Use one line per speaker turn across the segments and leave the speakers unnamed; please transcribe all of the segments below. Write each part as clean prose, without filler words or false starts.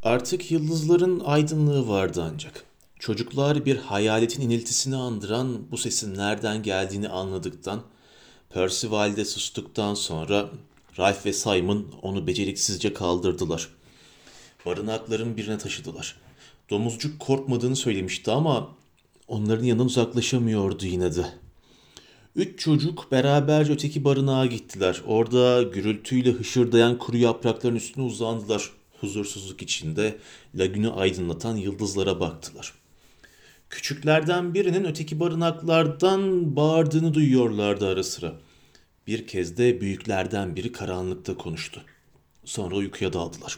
Artık yıldızların aydınlığı vardı ancak. Çocuklar bir hayaletin iniltisini andıran bu sesin nereden geldiğini anladıktan, Percival de sustuktan sonra Ralph ve Simon onu beceriksizce kaldırdılar. Barınakların birine taşıdılar. Domuzcuk korkmadığını söylemişti ama onların yanından uzaklaşamıyordu yine de. Üç çocuk beraberce öteki barınağa gittiler. Orada gürültüyle hışırdayan kuru yaprakların üstüne uzandılar. Huzursuzluk içinde lagünü aydınlatan yıldızlara baktılar. Küçüklerden birinin öteki barınaklardan bağırdığını duyuyorlardı ara sıra. Bir kez de büyüklerden biri karanlıkta konuştu. Sonra uykuya daldılar.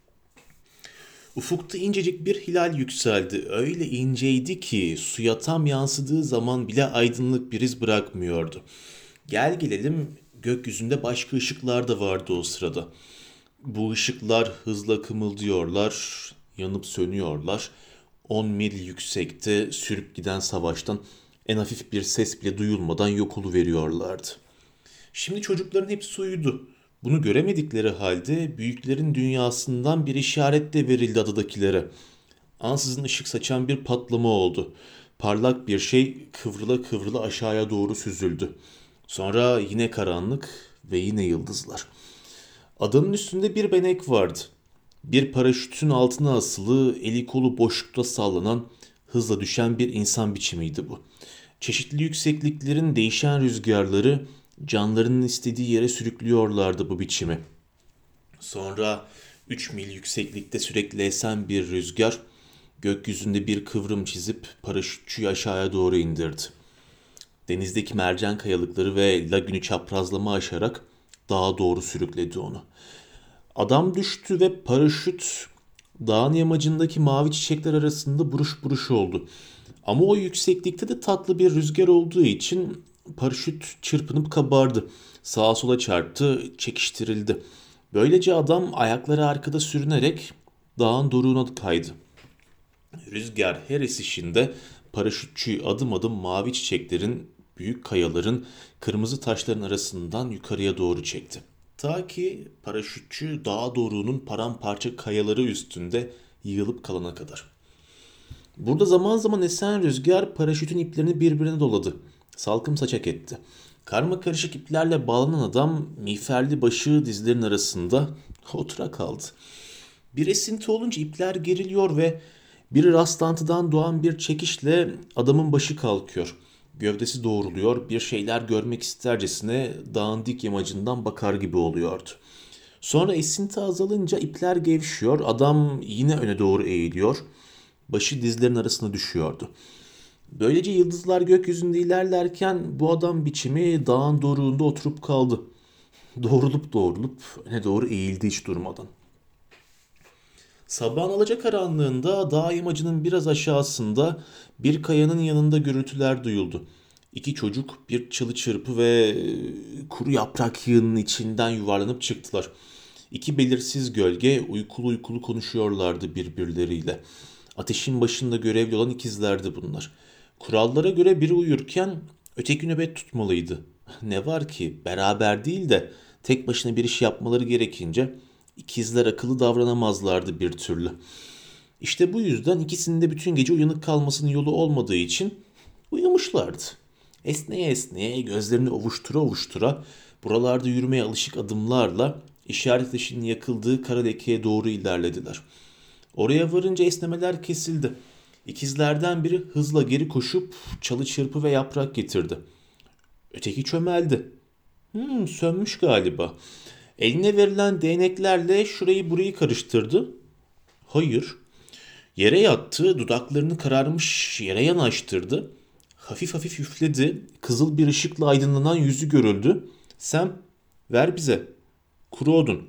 Ufukta incecik bir hilal yükseldi. Öyle inceydi ki suya tam yansıdığı zaman bile aydınlık bir iz bırakmıyordu. Gel gelelim gökyüzünde başka ışıklar da vardı o sırada. Bu ışıklar hızla kımıldıyorlar, yanıp sönüyorlar. 10 mil yüksekte sürüp giden savaştan en hafif bir ses bile duyulmadan yok oluveriyorlardı. Şimdi çocukların hepsi uyudu. Bunu göremedikleri halde büyüklerin dünyasından bir işaret de verildi adadakilere. Ansızın ışık saçan bir patlama oldu. Parlak bir şey kıvrıla kıvrıla aşağıya doğru süzüldü. Sonra yine karanlık ve yine yıldızlar. Adanın üstünde bir benek vardı. Bir paraşütün altına asılı, eli kolu boşlukta sallanan, hızla düşen bir insan biçimiydi bu. Çeşitli yüksekliklerin değişen rüzgarları canlarının istediği yere sürüklüyorlardı bu biçimi. Sonra 3 mil yükseklikte sürekli esen bir rüzgar gökyüzünde bir kıvrım çizip paraşütçüyü aşağıya doğru indirdi. Denizdeki mercan kayalıkları ve lagünü çaprazlama aşarak dağa doğru sürükledi onu. Adam düştü ve paraşüt dağın yamacındaki mavi çiçekler arasında buruş buruş oldu. Ama o yükseklikte de tatlı bir rüzgar olduğu için paraşüt çırpınıp kabardı. Sağa sola çarptı, çekiştirildi. Böylece adam ayakları arkada sürünerek dağın doruğuna kaydı. Rüzgar her esişinde paraşütçüyü adım adım mavi çiçeklerin, büyük kayaların, kırmızı taşların arasından yukarıya doğru çekti. Ta ki paraşütçü dağa doruğunun paramparça kayaları üstünde yığılıp kalana kadar. Burada zaman zaman esen rüzgar paraşütün iplerini birbirine doladı. Salkım saçak etti. Karma karışık iplerle bağlanan adam miğferli başı dizlerin arasında otura kaldı. Bir esinti olunca ipler geriliyor ve bir rastlantıdan doğan bir çekişle adamın başı kalkıyor. Gövdesi doğruluyor, bir şeyler görmek istercesine dağın dik yamacından bakar gibi oluyordu. Sonra esinti azalınca ipler gevşiyor, adam yine öne doğru eğiliyor, başı dizlerin arasına düşüyordu. Böylece yıldızlar gökyüzünde ilerlerken bu adam biçimi dağın doruğunda oturup kaldı. Doğrulup doğrulup öne doğru eğildi hiç durmadan. Sabahın alacakaranlığında dağ yamacının biraz aşağısında bir kayanın yanında gürültüler duyuldu. İki çocuk bir çalı çırpı ve kuru yaprak yığının içinden yuvarlanıp çıktılar. İki belirsiz gölge uykulu uykulu konuşuyorlardı birbirleriyle. Ateşin başında görevli olan ikizlerdi bunlar. Kurallara göre biri uyurken öteki nöbet tutmalıydı. Ne var ki beraber değil de tek başına bir iş yapmaları gerekince ikizler akıllı davranamazlardı bir türlü. İşte bu yüzden ikisinin de bütün gece uyanık kalmasının yolu olmadığı için uyumuşlardı. Esneye esneye gözlerini ovuştura ovuştura buralarda yürümeye alışık adımlarla işaret ışığının yakıldığı kara lekeye doğru ilerlediler. Oraya varınca esnemeler kesildi. İkizlerden biri hızla geri koşup çalı çırpı ve yaprak getirdi. Öteki çömeldi. Sönmüş galiba. Eline verilen değneklerle şurayı burayı karıştırdı. Hayır. Yere yattı, dudaklarını kararmış yere yanaştırdı. Hafif hafif üfledi. Kızıl bir ışıkla aydınlanan yüzü görüldü. Sam, ver bize. Kuru odun.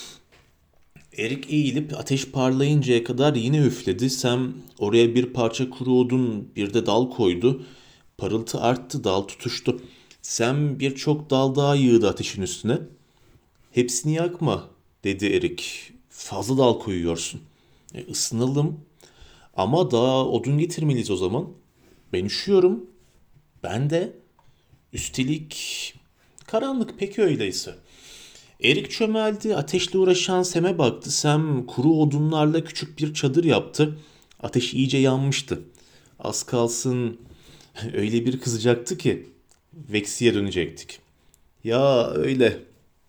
Erik eğilip ateş parlayıncaya kadar yine üfledi. Sam oraya bir parça kuru odun bir de dal koydu. Parıltı arttı, dal tutuştu. Sam birçok dal daha yığdı ateşin üstüne. Hepsini yakma dedi Erik. Fazla dal koyuyorsun. Isınalım. Ama daha odun getirmeliyiz o zaman. Ben üşüyorum. Ben de. Üstelik karanlık peki öyleyse. Erik çömeldi, ateşle uğraşan Sem'e baktı. Sem kuru odunlarla küçük bir çadır yaptı. Ateş iyice yanmıştı. Az kalsın öyle bir kızacaktı ki Vexi'ye dönecektik. Ya öyle.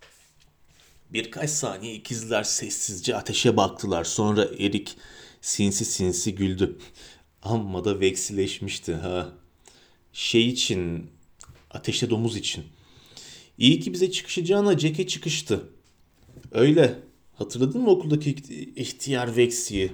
Birkaç saniye ikizler sessizce ateşe baktılar. Sonra Erik sinsi sinsi güldü. Amma da veksileşmişti ha. Şey için, ateşte domuz için. İyi ki bize çıkışacağına Jack'e çıkıştı. Öyle. Hatırladın mı okuldaki ihtiyar Vexi'yi?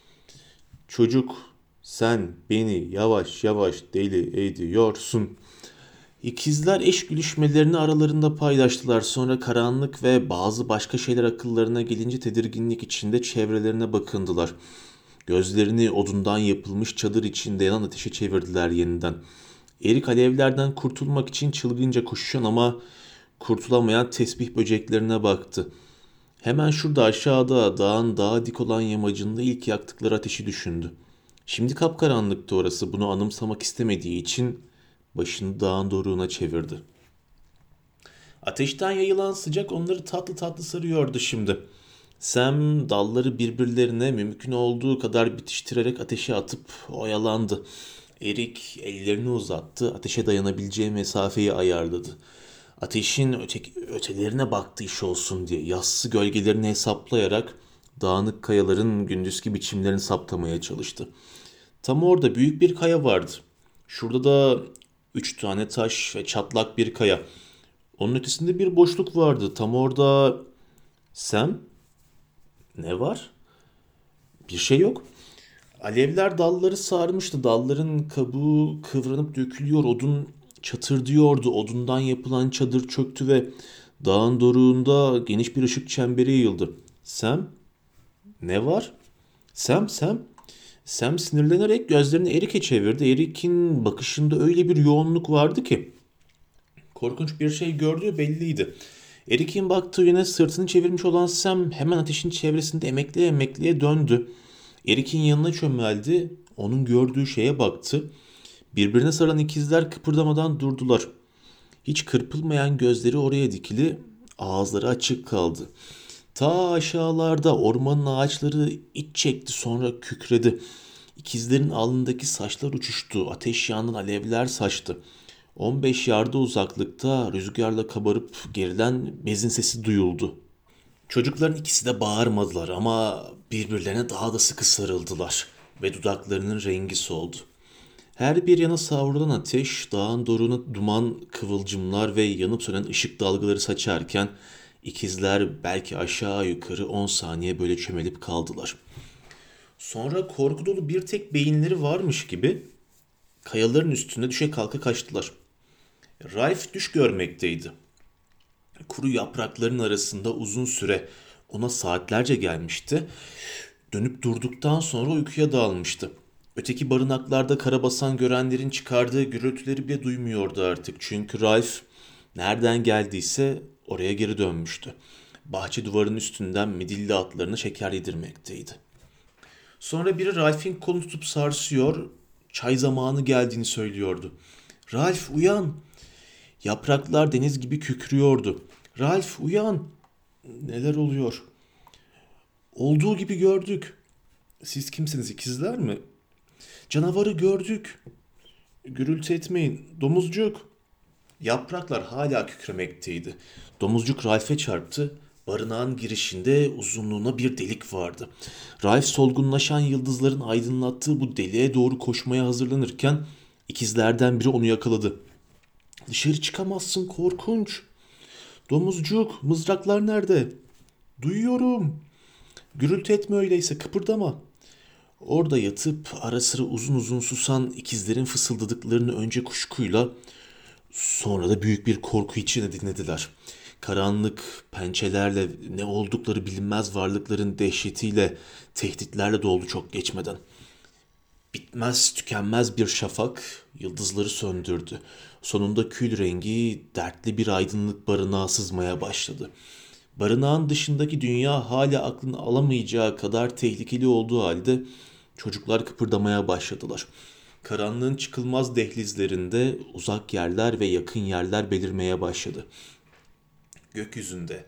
Çocuk, sen beni yavaş yavaş deli ediyorsun. İkizler eş gülüşmelerini aralarında paylaştılar. Sonra karanlık ve bazı başka şeyler akıllarına gelince tedirginlik içinde çevrelerine bakındılar. Gözlerini odundan yapılmış çadır içinde yanan ateşe çevirdiler yeniden. Erik alevlerden kurtulmak için çılgınca koşuşan ama kurtulamayan tesbih böceklerine baktı. Hemen şurada aşağıda dağın daha dik olan yamacında ilk yaktıkları ateşi düşündü. Şimdi kapkaranlıktı orası. Bunu anımsamak istemediği için başını dağın doruğuna çevirdi. Ateşten yayılan sıcak onları tatlı tatlı sarıyordu şimdi. Sam dalları birbirlerine mümkün olduğu kadar bitiştirerek ateşe atıp oyalandı. Erik ellerini uzattı, ateşe dayanabileceği mesafeyi ayarladı. Ateşin ötelerine baktı iş olsun diye yassı gölgelerini hesaplayarak dağınık kayaların gündüzki biçimlerini saptamaya çalıştı. Tam orada büyük bir kaya vardı. Şurada da 3 tane taş ve çatlak bir kaya. Onun ötesinde bir boşluk vardı. Tam orada Sam, ne var? Bir şey yok. Alevler dalları sarmıştı. Dalların kabuğu kıvranıp dökülüyor. Odun çatırdıyordu. Odundan yapılan çadır çöktü ve dağın doruğunda geniş bir ışık çemberi yayıldı. Sam, ne var? Sam. Sam sinirlenerek gözlerini Erik'e çevirdi. Erik'in bakışında öyle bir yoğunluk vardı ki korkunç bir şey gördüğü belliydi. Erik'in baktığı yöne sırtını çevirmiş olan Sam hemen ateşin çevresinde emekleye emekleye döndü. Erik'in yanına çömeldi. Onun gördüğü şeye baktı. Birbirine saran ikizler kıpırdamadan durdular. Hiç kırpılmayan gözleri oraya dikili, ağızları açık kaldı. Ta aşağılarda ormanın ağaçları iç çekti sonra kükredi. İkizlerin alnındaki saçlar uçuştu. Ateş yanından alevler saçtı. 15 yarda uzaklıkta rüzgarla kabarıp gerilen bezin sesi duyuldu. Çocukların ikisi de bağırmadılar ama birbirlerine daha da sıkı sarıldılar ve dudaklarının rengi soldu. Her bir yana savrulan ateş dağın doruğuna duman, kıvılcımlar ve yanıp sönen ışık dalgaları saçarken ikizler belki aşağı yukarı 10 saniye böyle çömelip kaldılar. Sonra korku dolu bir tek beyinleri varmış gibi kayaların üstünde düşe kalka kaçtılar. Raif düş görmekteydi. Kuru yaprakların arasında uzun süre ona saatlerce gelmişti. Dönüp durduktan sonra uykuya dalmıştı. Öteki barınaklarda karabasan görenlerin çıkardığı gürültüleri bile duymuyordu artık. Çünkü Raif nereden geldiyse oraya geri dönmüştü. Bahçe duvarının üstünden midilli atlarına şeker yedirmekteydi. Sonra biri Ralph'in kolunu tutup sarsıyor, çay zamanı geldiğini söylüyordu. Ralph uyan! Yapraklar deniz gibi kükrüyordu. Ralph uyan! Neler oluyor? Olduğu gibi gördük. Siz kimsiniz, ikizler mi? Canavarı gördük. Gürültü etmeyin. Domuzcuk. Yapraklar hala kükremekteydi. Domuzcuk Ralph'e çarptı. Barınağın girişinde uzunluğuna bir delik vardı. Ralph solgunlaşan yıldızların aydınlattığı bu deliğe doğru koşmaya hazırlanırken ikizlerden biri onu yakaladı. Dışarı çıkamazsın, korkunç. Domuzcuk, mızraklar nerede? Duyuyorum. Gürültü etme öyleyse, kıpırdama. Orada yatıp ara sıra uzun uzun susan ikizlerin fısıldadıklarını önce kuşkuyla sonra da büyük bir korku içinde dinlediler. Karanlık pençelerle ne oldukları bilinmez varlıkların dehşetiyle, tehditlerle doldu çok geçmeden. Bitmez tükenmez bir şafak yıldızları söndürdü. Sonunda kül rengi dertli bir aydınlık barınağa sızmaya başladı. Barınağın dışındaki dünya hala aklın alamayacağı kadar tehlikeli olduğu halde çocuklar kıpırdamaya başladılar. Karanlığın çıkılmaz dehlizlerinde uzak yerler ve yakın yerler belirmeye başladı. Gökyüzünde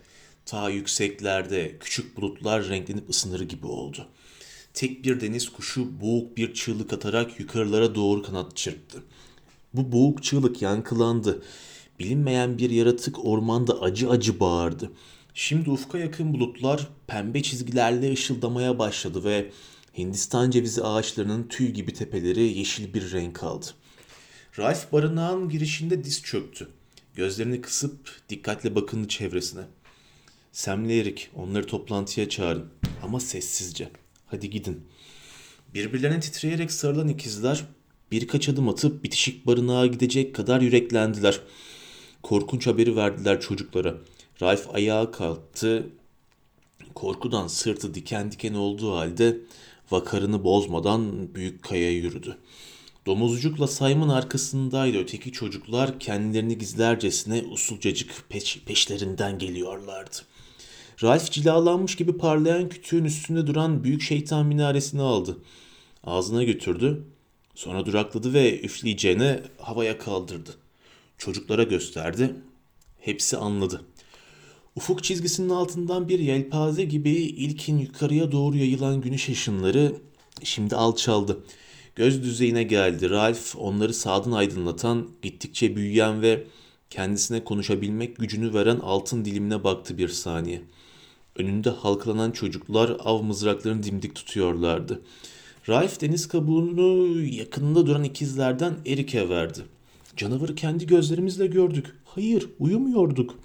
Ta yükseklerde küçük bulutlar renklenip ısınır gibi oldu. Tek bir deniz kuşu boğuk bir çığlık atarak yukarılara doğru kanat çırptı. Bu boğuk çığlık yankılandı. Bilinmeyen bir yaratık ormanda acı acı bağırdı. Şimdi ufka yakın bulutlar pembe çizgilerle ışıldamaya başladı ve Hindistan cevizi ağaçlarının tüy gibi tepeleri yeşil bir renk aldı. Ralph barınağın girişinde diz çöktü. Gözlerini kısıp dikkatle bakındı çevresine. Sam'le Eric, onları toplantıya çağırın ama sessizce. Hadi gidin. Birbirlerine titreyerek sarılan ikizler birkaç adım atıp bitişik barınağa gidecek kadar yüreklendiler. Korkunç haberi verdiler çocuklara. Ralph ayağa kalktı. Korkudan sırtı diken diken olduğu halde vakarını bozmadan büyük kayaya yürüdü. Domuzcukla Simon arkasındaydı. Öteki çocuklar kendilerini gizlercesine usulcacık peşlerinden geliyorlardı. Ralph cilalanmış gibi parlayan kütüğün üstünde duran büyük şeytan minaresini aldı. Ağzına götürdü. Sonra durakladı ve üfleyeceğine havaya kaldırdı. Çocuklara gösterdi. Hepsi anladı. Ufuk çizgisinin altından bir yelpaze gibi ilkin yukarıya doğru yayılan güneş ışınları şimdi alçaldı. Göz düzeyine geldi. Ralph onları sağdan aydınlatan, gittikçe büyüyen ve kendisine konuşabilmek gücünü veren altın dilimine baktı bir saniye. Önünde halkalanan çocuklar av mızraklarını dimdik tutuyorlardı. Ralph deniz kabuğunu yakınında duran ikizlerden Eric'e verdi. Canavarı kendi gözlerimizle gördük. Hayır, uyumuyorduk.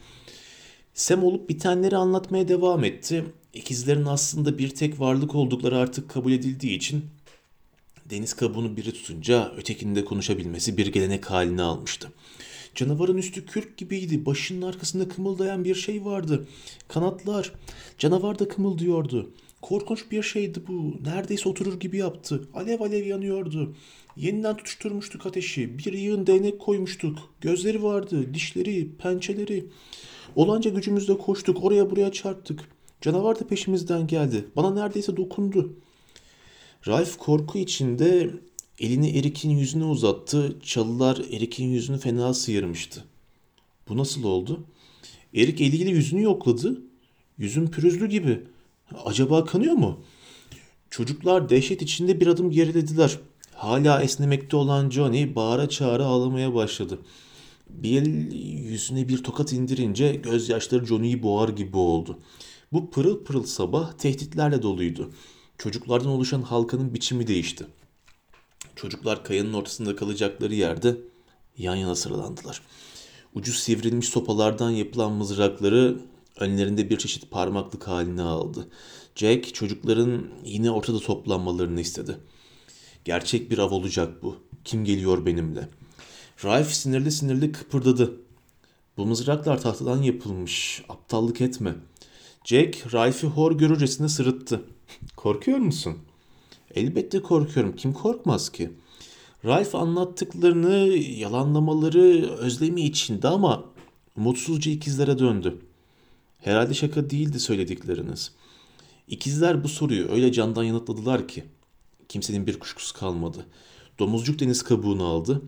Sam olup bitenleri anlatmaya devam etti. İkizlerin aslında bir tek varlık oldukları artık kabul edildiği için deniz kabuğunu biri tutunca ötekinde konuşabilmesi bir gelenek haline almıştı. Canavarın üstü kürk gibiydi. Başının arkasında kımıldayan bir şey vardı. Kanatlar. Canavar da kımıldıyordu. Korkunç bir şeydi bu. Neredeyse oturur gibi yaptı. Alev alev yanıyordu. Yeniden tutuşturmuştuk ateşi. Bir yığın değnek koymuştuk. Gözleri vardı, dişleri, pençeleri. Olanca gücümüzle koştuk. Oraya buraya çarptık. Canavar da peşimizden geldi. Bana neredeyse dokundu. Ralph korku içinde elini Eric'in yüzüne uzattı. Çalılar Eric'in yüzünü fena sıyırmıştı. Bu nasıl oldu? Eric eliyle yüzünü yokladı. Yüzün pürüzlü gibi. Acaba kanıyor mu? Çocuklar dehşet içinde bir adım gerilediler. Hala esnemekte olan Johnny bağıra çağıra ağlamaya başladı. Bill yüzüne bir tokat indirince gözyaşları Johnny'yi boğar gibi oldu. Bu pırıl pırıl sabah tehditlerle doluydu. Çocuklardan oluşan halkanın biçimi değişti. Çocuklar kayanın ortasında kalacakları yerde yan yana sıralandılar. Ucu sivrilmiş sopalardan yapılan mızrakları önlerinde bir çeşit parmaklık haline aldı. Jack çocukların yine ortada toplanmalarını istedi. Gerçek bir av olacak bu. Kim geliyor benimle? Ralph sinirli sinirli kıpırdadı. Bu mızraklar tahtadan yapılmış. Aptallık etme. Jack, Ralph'i hor görürcesine sırıttı. Korkuyor musun? Elbette korkuyorum. Kim korkmaz ki? Ralph anlattıklarını, yalanlamaları özlemi içindi ama mutsuzca ikizlere döndü. Herhalde şaka değildi söyledikleriniz. İkizler bu soruyu öyle candan yanıtladılar ki kimsenin bir kuşkusu kalmadı. Domuzcuk deniz kabuğunu aldı.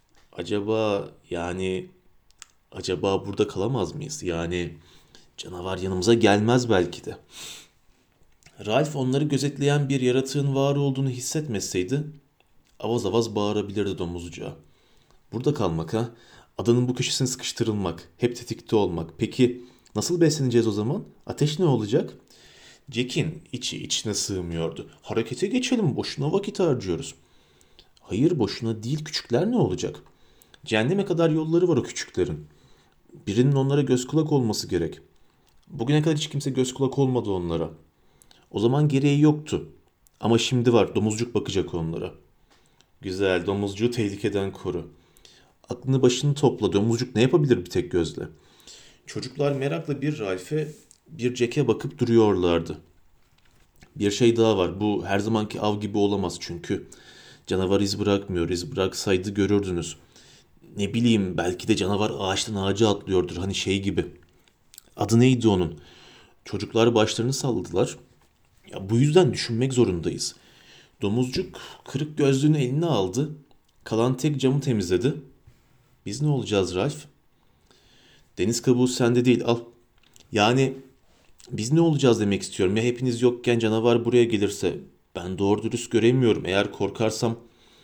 Acaba burada kalamaz mıyız? Yani canavar yanımıza gelmez belki de. Ralph onları gözetleyen bir yaratığın var olduğunu hissetmeseydi avaz avaz bağırabilirdi domuzcuğa. Burada kalmak ha? Adanın bu köşesine sıkıştırılmak, hep tetikte olmak. Peki nasıl besleneceğiz o zaman? Ateş ne olacak? Jack'in içi içine sığmıyordu. Harekete geçelim, boşuna vakit harcıyoruz. Hayır boşuna değil, küçükler ne olacak? Cehenneme kadar yolları var o küçüklerin. Birinin onlara göz kulak olması gerek. Bugüne kadar hiç kimse göz kulak olmadı onlara. O zaman gereği yoktu. Ama şimdi var, domuzcuk bakacak onlara. Güzel, domuzcuğu tehlikeden koru. Aklını başını topla, domuzcuk ne yapabilir bir tek gözle? Çocuklar merakla bir Ralph'e bir Jack'e bakıp duruyorlardı. Bir şey daha var, bu her zamanki av gibi olamaz çünkü. Canavar iz bırakmıyor, iz bıraksaydı görürdünüz. Ne bileyim, belki de canavar ağaçtan ağaca atlıyordur, hani şey gibi. Adı neydi onun? Çocuklar başlarını salladılar. Ya bu yüzden düşünmek zorundayız. Domuzcuk kırık gözlüğünü eline aldı. Kalan tek camı temizledi. Biz ne olacağız Ralph? Deniz kabuğu sende değil, al. Yani Biz ne olacağız demek istiyorum. Ya hepiniz yokken canavar buraya gelirse? Ben doğru dürüst göremiyorum. Eğer korkarsam...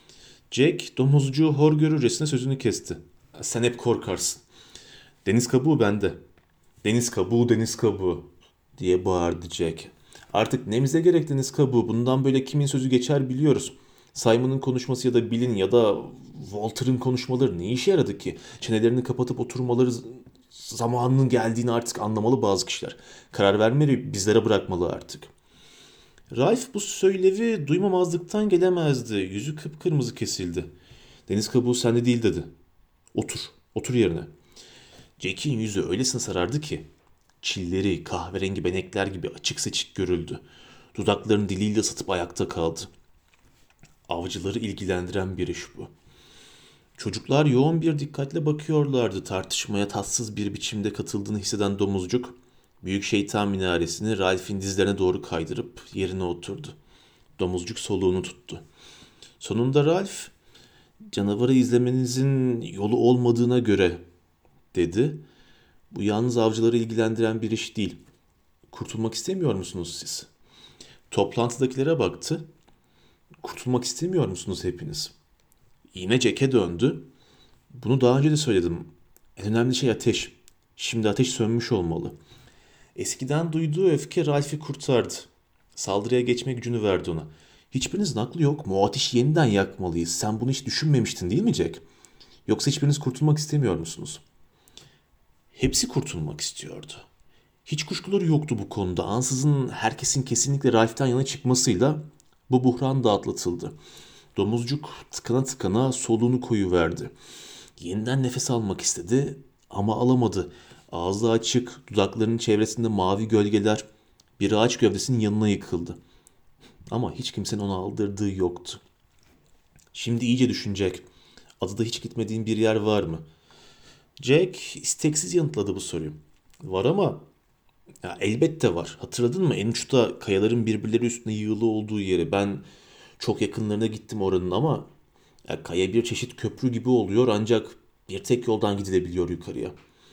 Jack domuzcuğu hor görürcesine sözünü kesti. Sen hep korkarsın. Deniz kabuğu bende. Deniz kabuğu, deniz kabuğu diye bağırdı Jack. Artık nemize gerek deniz kabuğu. Bundan böyle kimin sözü geçer biliyoruz. Simon'ın konuşması ya da Bill'in ya da Walter'ın konuşmaları ne işe yaradı ki? Çenelerini kapatıp oturmaları zamanının geldiğini artık anlamalı bazı kişiler. Karar vermeyi bizlere bırakmalı artık. Ralph bu söylevi duymamazlıktan gelemezdi. Yüzü kıpkırmızı kesildi. Deniz kabuğu sende değil dedi. Otur, otur yerine. Jack'in yüzü öylesine sarardı ki çilleri kahverengi benekler gibi açık seçik görüldü. Dudaklarını diliyle ısıtıp ayakta kaldı. Avcıları ilgilendiren bir iş bu. Çocuklar yoğun bir dikkatle bakıyorlardı. Tartışmaya tatsız bir biçimde katıldığını hisseden domuzcuk, büyük şeytan minaresini Ralph'in dizlerine doğru kaydırıp yerine oturdu. Domuzcuk soluğunu tuttu. Sonunda Ralph, canavarı izlemenizin yolu olmadığına göre dedi. Bu yalnız avcıları ilgilendiren bir iş değil. Kurtulmak istemiyor musunuz siz? Toplantıdakilere baktı. Kurtulmak istemiyor musunuz hepiniz? Yine Jack'e döndü. Bunu daha önce de söyledim. En önemli şey ateş. Şimdi ateş sönmüş olmalı. Eskiden duyduğu öfke Ralph'i kurtardı. Saldırıya geçme gücünü verdi ona. Hiçbirinizin aklı yok mu? O ateşi yeniden yakmalıyız. Sen bunu hiç düşünmemiştin değil mi Jack? Yoksa hiçbiriniz kurtulmak istemiyor musunuz? Hepsi kurtulmak istiyordu. Hiç kuşkuları yoktu bu konuda. Ansızın herkesin kesinlikle Ralph'ten yana çıkmasıyla bu buhran da atlatıldı. Domuzcuk tıkana tıkana soluğunu koyuverdi. Yeniden nefes almak istedi ama alamadı. Ağzı açık, dudaklarının çevresinde mavi gölgeler bir ağaç gövdesinin yanına yıkıldı. Ama hiç kimsenin ona aldırdığı yoktu. Şimdi iyice düşünecek. Adada hiç gitmediğin bir yer var mı? Jack isteksiz yanıtladı bu soruyu. Var ama ya elbette var. Hatırladın mı? En uçta kayaların birbirleri üstüne yığılı olduğu yeri. Ben çok yakınlarına gittim oranın ama ya kaya bir çeşit köprü gibi oluyor ancak bir tek yoldan gidilebiliyor yukarıya.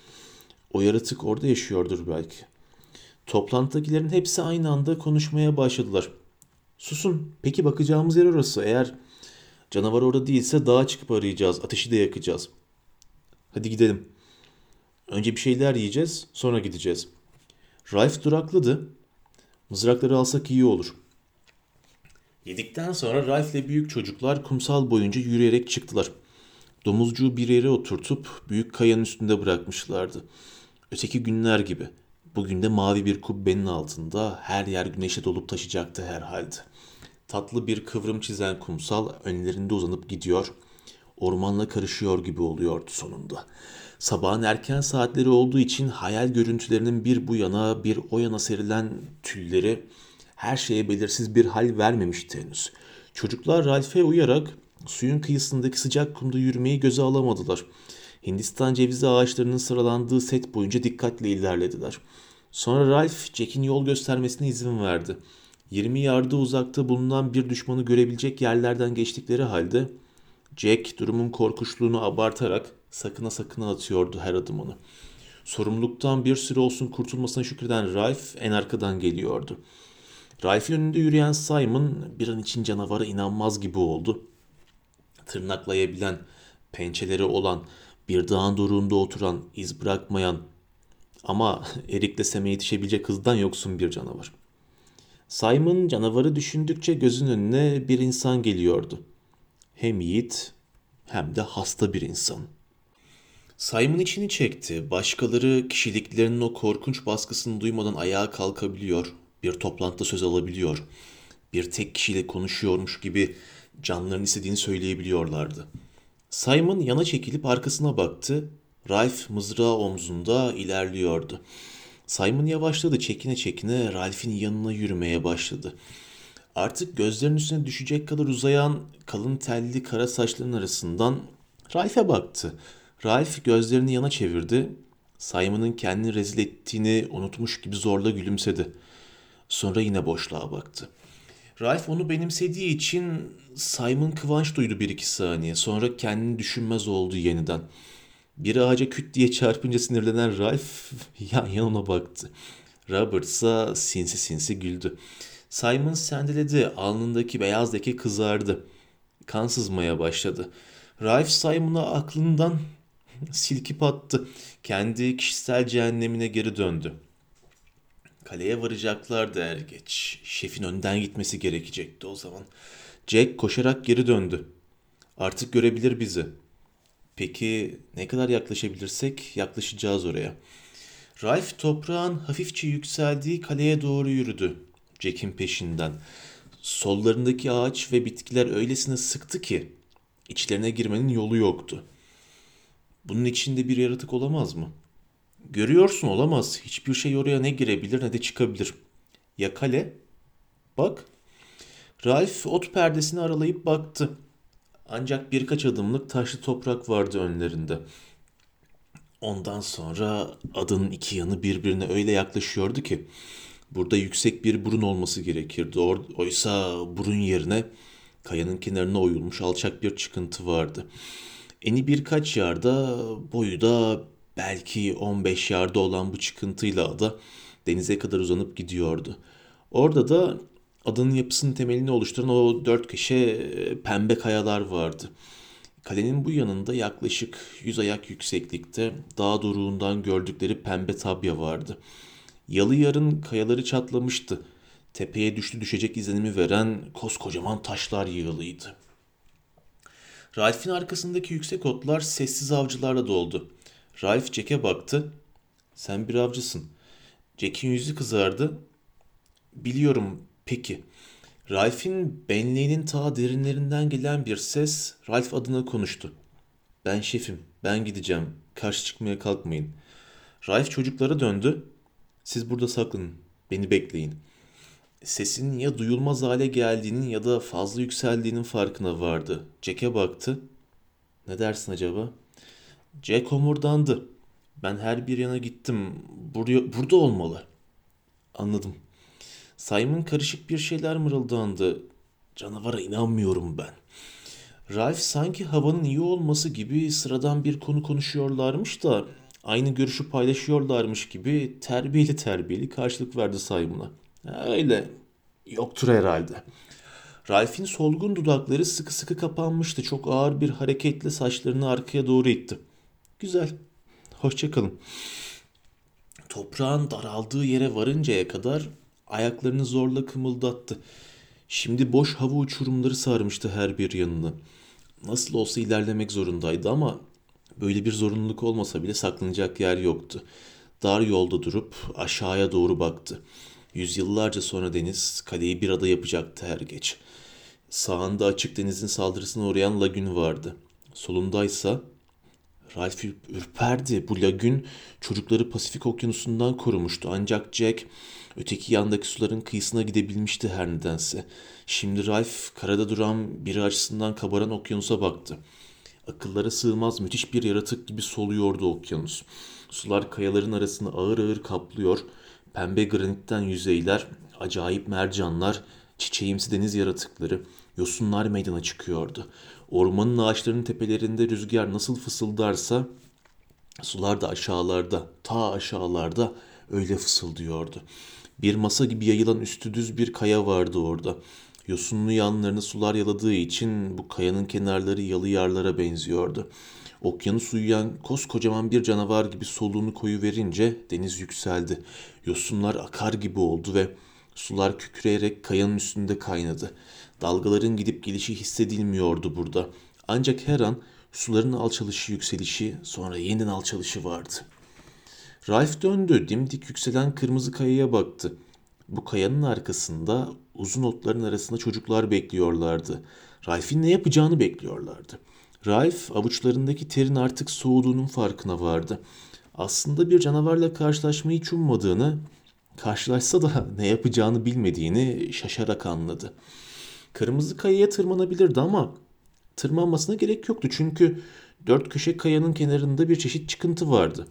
O yaratık orada yaşıyordur belki. Toplantıdakilerin hepsi aynı anda konuşmaya başladılar. Susun. Peki bakacağımız yer orası. Eğer canavar orada değilse dağa çıkıp arayacağız. Ateşi de yakacağız. Hadi gidelim. Önce bir şeyler yiyeceğiz, sonra gideceğiz. Ralph durakladı. Mızrakları alsak iyi olur. Yedikten sonra Ralph ile büyük çocuklar kumsal boyunca yürüyerek çıktılar. Domuzcuğu bir yere oturtup büyük kayanın üstünde bırakmışlardı. Öteki günler gibi. Bugün de mavi bir kubbenin altında her yer güneşe dolup taşacaktı herhalde. Tatlı bir kıvrım çizen kumsal önlerinde uzanıp gidiyor, ormanla karışıyor gibi oluyordu sonunda. Sabahın erken saatleri olduğu için hayal görüntülerinin bir bu yana bir o yana serilen tülleri her şeye belirsiz bir hal vermemişti henüz. Çocuklar Ralph'e uyarak suyun kıyısındaki sıcak kumda yürümeyi göze alamadılar. Hindistan cevizi ağaçlarının sıralandığı set boyunca dikkatle ilerlediler. Sonra Ralph, Jack'in yol göstermesine izin verdi. 20 yarda uzakta bulunan bir düşmanı görebilecek yerlerden geçtikleri halde Jack durumun korkunçluğunu abartarak sakına sakına atıyordu her adımını. Sorumluluktan bir süre olsun kurtulmasına şükreden Ralph en arkadan geliyordu. Ralph'in önünde yürüyen Simon bir an için canavara inanmaz gibi oldu. Tırnaklayabilen, pençeleri olan, bir dağın doruğunda oturan, iz bırakmayan ama erikleseme yetişebilecek hızdan yoksun bir canavar. Simon canavarı düşündükçe gözün önüne bir insan geliyordu. Hem yiğit hem de hasta bir insan. Simon içini çekti. Başkaları kişiliklerinin o korkunç baskısını duymadan ayağa kalkabiliyor, bir toplantıda söz alabiliyor, bir tek kişiyle konuşuyormuş gibi canlarının istediğini söyleyebiliyorlardı. Simon yana çekilip arkasına baktı. Ralph mızrağı omzunda ilerliyordu. Simon yavaşladı, çekine çekine Ralph'in yanına yürümeye başladı. Artık gözlerinin üstüne düşecek kadar uzayan kalın telli kara saçların arasından Ralph'e baktı. Ralph gözlerini yana çevirdi. Simon'ın kendini rezil ettiğini unutmuş gibi zorla gülümsedi. Sonra yine boşluğa baktı. Ralph onu benimsediği için Simon kıvanç duydu bir iki saniye. Sonra kendini düşünmez oldu yeniden. Bir ağaca küt diye çarpınca sinirlenen Ralph yan yana baktı. Robert ise sinsi sinsi güldü. Simon sendeledi, alnındaki beyaz leke kızardı. Kan sızmaya başladı. Ralph Simon'a aklından silkip attı. Kendi kişisel cehennemine geri döndü. Kaleye varacaklardı er geç. Şefin önden gitmesi gerekecekti o zaman. Jack koşarak geri döndü. Artık görebilir bizi. Peki ne kadar yaklaşabilirsek yaklaşacağız oraya. Ralph toprağın hafifçe yükseldiği kaleye doğru yürüdü. Jack'in peşinden. Sollarındaki ağaç ve bitkiler öylesine sıktı ki içlerine girmenin yolu yoktu. Bunun içinde bir yaratık olamaz mı? Görüyorsun, olamaz. Hiçbir şey oraya ne girebilir ne de çıkabilir. Ya kale? Bak. Ralph ot perdesini aralayıp baktı. Ancak birkaç adımlık taşlı toprak vardı önlerinde. Ondan sonra adanın iki yanı birbirine öyle yaklaşıyordu ki burada yüksek bir burun olması gerekirdi. Oysa burun yerine kayanın kenarına oyulmuş alçak bir çıkıntı vardı. Eni birkaç yarda, boyu da belki 15 yarda olan bu çıkıntıyla ada denize kadar uzanıp gidiyordu. Orada da adanın yapısının temelini oluşturan o dört köşe pembe kayalar vardı. Kalenin bu yanında yaklaşık 100 ayak yükseklikte dağ doruğundan gördükleri pembe tabya vardı. Yalı yarın kayaları çatlamıştı. Tepeye düşecek izlenimi veren koskocaman taşlar yığılıydı. Ralph'in arkasındaki yüksek otlar sessiz avcılarla doldu. Ralph Jack'e baktı. Sen bir avcısın. Jack'in yüzü kızardı. Biliyorum, peki. Ralph'in benliğinin ta derinlerinden gelen bir ses Ralph adına konuştu. Ben şefim, ben gideceğim. Karşı çıkmaya kalkmayın. Ralph çocuklara döndü. Siz burada saklanın, beni bekleyin. Sesin ya duyulmaz hale geldiğinin ya da fazla yükseldiğinin farkına vardı. Jack'e baktı. Ne dersin acaba? Jack homurdandı. Ben her bir yana gittim. Burada olmalı. Anladım. Simon karışık bir şeyler mırıldandı. Canavara inanmıyorum ben. Ralph sanki havanın iyi olması gibi sıradan bir konu konuşuyorlarmış da aynı görüşü paylaşıyorlarmış gibi terbiyeli terbiyeli karşılık verdi Simon'a. Öyle. Yoktur herhalde. Ralph'in solgun dudakları sıkı sıkı kapanmıştı. Çok ağır bir hareketle saçlarını arkaya doğru itti. Güzel. Hoşça kalın. Toprağın daraldığı yere varıncaya kadar ayaklarını zorla kımıldattı. Şimdi boş hava uçurumları sarmıştı her bir yanını. Nasıl olsa ilerlemek zorundaydı ama böyle bir zorunluluk olmasa bile saklanacak yer yoktu. Dar yolda durup aşağıya doğru baktı. Yüzyıllarca sonra deniz kaleyi bir ada yapacaktı her geç. Sağında açık denizin saldırısına uğrayan lagün vardı. Solundaysa Ralph ürperdi. Bu lagün çocukları Pasifik Okyanusu'ndan korumuştu. Ancak Jack öteki yandaki suların kıyısına gidebilmişti her nedense. Şimdi Ralph karada duran biri açısından kabaran okyanusa baktı. Akıllara sığmaz müthiş bir yaratık gibi soluyordu okyanus. Sular kayaların arasını ağır ağır kaplıyor. Pembe granitten yüzeyler, acayip mercanlar, çiçeğimsi deniz yaratıkları, yosunlar meydana çıkıyordu. Ormanın ağaçlarının tepelerinde rüzgar nasıl fısıldarsa sular da aşağılarda, ta aşağılarda öyle fısıldıyordu. Bir masa gibi yayılan üstü düz bir kaya vardı orada. Yosunlu yanlarını sular yaladığı için bu kayanın kenarları yalı yarlara benziyordu. Okyanus uyuyan koskocaman bir canavar gibi soluğunu koyuverince deniz yükseldi. Yosunlar akar gibi oldu ve sular kükreyerek kayanın üstünde kaynadı. Dalgaların gidip gelişi hissedilmiyordu burada. Ancak her an suların alçalışı yükselişi sonra yeniden alçalışı vardı. Ralph döndü, dimdik yükselen kırmızı kayaya baktı. Bu kayanın arkasında uzun otların arasında çocuklar bekliyorlardı. Ralph'in ne yapacağını bekliyorlardı. Ralph avuçlarındaki terin artık soğuduğunun farkına vardı. Aslında bir canavarla karşılaşmayı hiç ummadığını, karşılaşsa da ne yapacağını bilmediğini şaşarak anladı. Kırmızı kayaya tırmanabilirdi ama tırmanmasına gerek yoktu çünkü dört köşe kayanın kenarında bir çeşit çıkıntı vardı.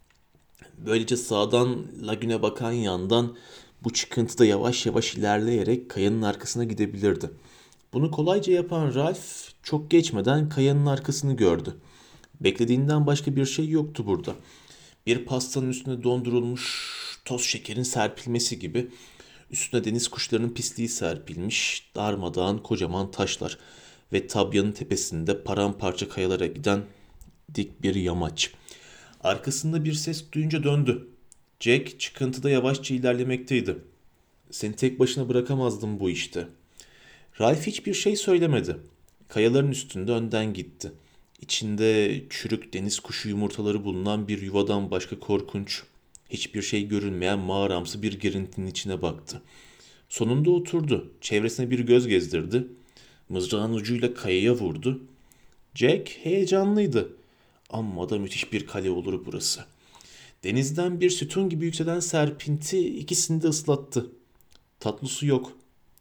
Böylece sağdan lagüne bakan yandan bu çıkıntıda yavaş yavaş ilerleyerek kayanın arkasına gidebilirdi. Bunu kolayca yapan Ralph çok geçmeden kayanın arkasını gördü. Beklediğinden başka bir şey yoktu burada. Bir pastanın üstüne dondurulmuş toz şekerin serpilmesi gibi. Üstüne deniz kuşlarının pisliği serpilmiş, darmadağın kocaman taşlar ve Tabya'nın tepesinde paramparça kayalara giden dik bir yamaç. Arkasında bir ses duyunca döndü. Jack çıkıntıda yavaşça ilerlemekteydi. Seni tek başına bırakamazdım bu işte. Ralph hiçbir şey söylemedi. Kayaların üstünde önden gitti. İçinde çürük deniz kuşu yumurtaları bulunan bir yuvadan başka korkunç, hiçbir şey görünmeyen mağaramsı bir girintinin içine baktı. Sonunda oturdu. Çevresine bir göz gezdirdi. Mızrağın ucuyla kayaya vurdu. Jack heyecanlıydı. Amma da müthiş bir kale olur burası. Denizden bir sütun gibi yükselen serpinti ikisini de ıslattı. Tatlı su yok.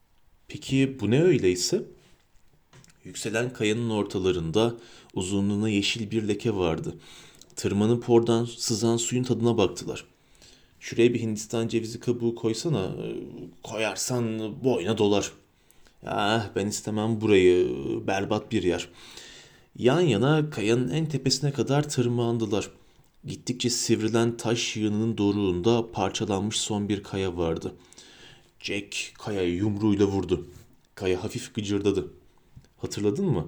Peki bu ne öyleyse? Yükselen kayanın ortalarında uzunluğuna yeşil bir leke vardı. Tırmanıp oradan sızan suyun tadına baktılar. Şuraya bir Hindistan cevizi kabuğu koysana. Koyarsan boyuna dolar. Ah, ben istemem burayı. Berbat bir yer. Yan yana kayanın en tepesine kadar tırmandılar. Gittikçe sivrilen taş yığınının doruğunda parçalanmış son bir kaya vardı. Jack kayayı yumruğuyla vurdu. Kaya hafif gıcırdadı. Hatırladın mı?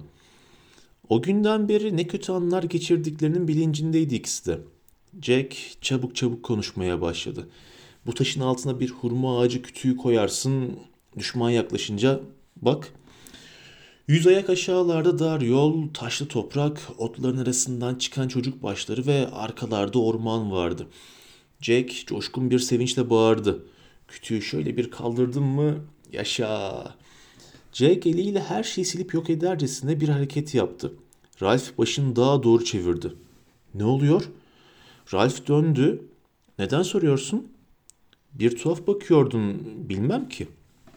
O günden beri ne kötü anlar geçirdiklerinin bilincindeydi ikisi de. Jack çabuk çabuk konuşmaya başladı. Bu taşın altına bir hurma ağacı kütüğü koyarsın, düşman yaklaşınca bak. 100 ayak aşağılarda dar yol, taşlı toprak, otların arasından çıkan çocuk başları ve arkalarda orman vardı. Jack coşkun bir sevinçle bağırdı. Kütüğü şöyle bir kaldırdım mı, yaşa. Jack eliyle her şeyi silip yok edercesine bir hareket yaptı. Ralph başını daha doğru çevirdi. Ne oluyor? Ralph döndü. Neden soruyorsun? Bir tuhaf bakıyordun, bilmem ki.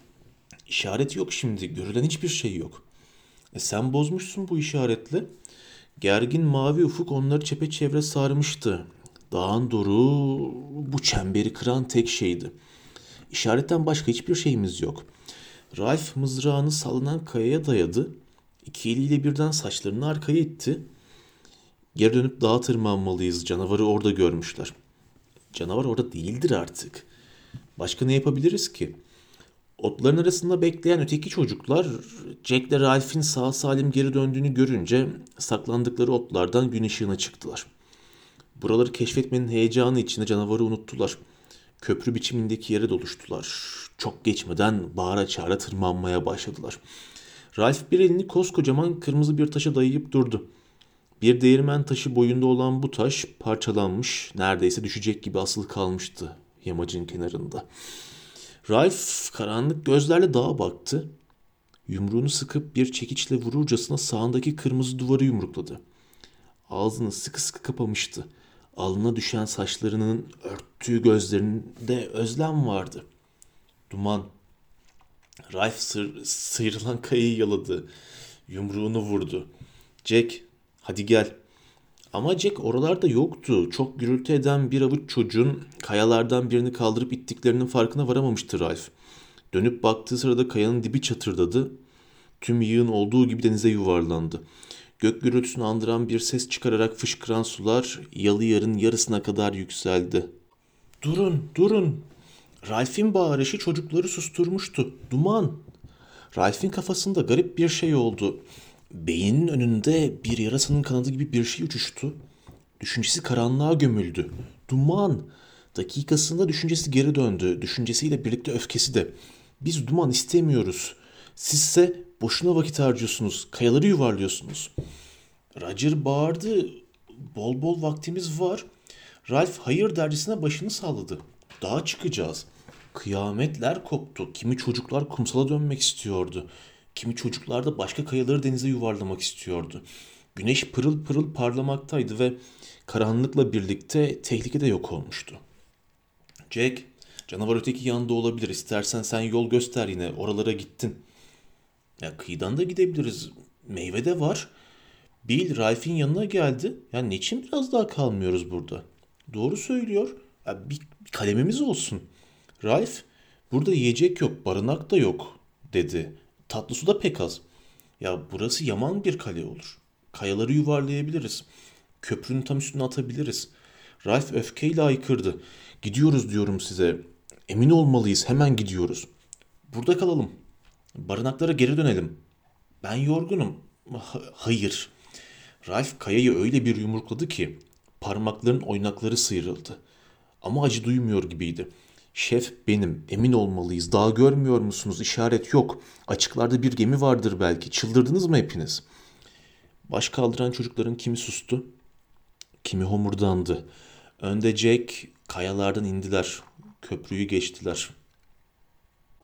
İşaret yok şimdi, görülen hiçbir şey yok. Sen bozmuşsun bu işaretle. Gergin mavi ufuk onları çepeçevre sarmıştı. Dağın doruğu bu çemberi kıran tek şeydi. İşaretten başka hiçbir şeyimiz yok. Ralph mızrağını sallanan kayaya dayadı. İki eliyle birden saçlarını arkaya itti. Geri dönüp dağa tırmanmalıyız. Canavarı orada görmüşler. Canavar orada değildir artık. Başka ne yapabiliriz ki? Otların arasında bekleyen öteki çocuklar Jack ile Ralph'in sağ salim geri döndüğünü görünce saklandıkları otlardan gün ışığına çıktılar. Buraları keşfetmenin heyecanı içinde canavarı unuttular. Köprü biçimindeki yere doluştular. Çok geçmeden bağıra çağıra tırmanmaya başladılar. Ralph bir elini koskocaman kırmızı bir taşa dayayıp durdu. Bir değirmen taşı boyunda olan bu taş parçalanmış, neredeyse düşecek gibi asılı kalmıştı yamacın kenarında. Ralph karanlık gözlerle dağa baktı. Yumruğunu sıkıp bir çekiçle vururcasına sağındaki kırmızı duvarı yumrukladı. Ağzını sıkı sıkı kapamıştı. Alnına düşen saçlarının örttüğü gözlerinde özlem vardı. Duman. Ralph sıyrılan kayayı yaladı. Yumruğunu vurdu. Jack, hadi gel. Ama Jack oralarda yoktu. Çok gürültü eden bir avuç çocuğun kayalardan birini kaldırıp ittiklerinin farkına varamamıştı Ralph. Dönüp baktığı sırada kayanın dibi çatırdadı. Tüm yığın olduğu gibi denize yuvarlandı. Gök gürültüsünü andıran bir ses çıkararak fışkıran sular yalı yarın yarısına kadar yükseldi. Durun, durun. Ralph'in bağırışı çocukları susturmuştu. Duman. Ralph'in kafasında garip bir şey oldu. Beyninin önünde bir yarasanın kanadı gibi bir şey uçuştu. Düşüncesi karanlığa gömüldü. Duman. Dakikasında düşüncesi geri döndü. Düşüncesiyle birlikte öfkesi de. Biz duman istemiyoruz. Sizse boşuna vakit harcıyorsunuz. Kayaları yuvarlıyorsunuz. Roger bağırdı. Bol bol vaktimiz var. Ralph hayır dercesine başını salladı. Dağa çıkacağız. Kıyametler koptu. Kimi çocuklar kumsala dönmek istiyordu. Kimi çocuklar da başka kayaları denize yuvarlamak istiyordu. Güneş pırıl pırıl parlamaktaydı ve karanlıkla birlikte tehlike de yok olmuştu. Jack, canavar öteki yanda olabilir. İstersen sen yol göster yine. Oralara gittin. Ya kıyıdan da gidebiliriz. Meyve de var. Bill Ralph'in yanına geldi. Ya niçin biraz daha kalmıyoruz burada? Doğru söylüyor. Ya bir kalemimiz olsun. Ralph, burada yiyecek yok, barınak da yok dedi. Tatlı su da pek az. Ya burası yaman bir kale olur. Kayaları yuvarlayabiliriz. Köprünün tam üstüne atabiliriz. Ralph öfkeyle haykırdı. Gidiyoruz diyorum size. Emin olmalıyız, hemen gidiyoruz. Burada kalalım. Barınaklara geri dönelim. Ben yorgunum. Hayır. Ralph kayayı öyle bir yumrukladı ki parmakların oynakları sıyrıldı. Ama acı duymuyor gibiydi. Şef benim, emin olmalıyız. Daha görmüyor musunuz? İşaret yok. Açıklarda bir gemi vardır belki. Çıldırdınız mı hepiniz? Baş kaldıran çocukların kimi sustu, kimi homurdandı. Önde Jack, kayalardan indiler. Köprüyü geçtiler.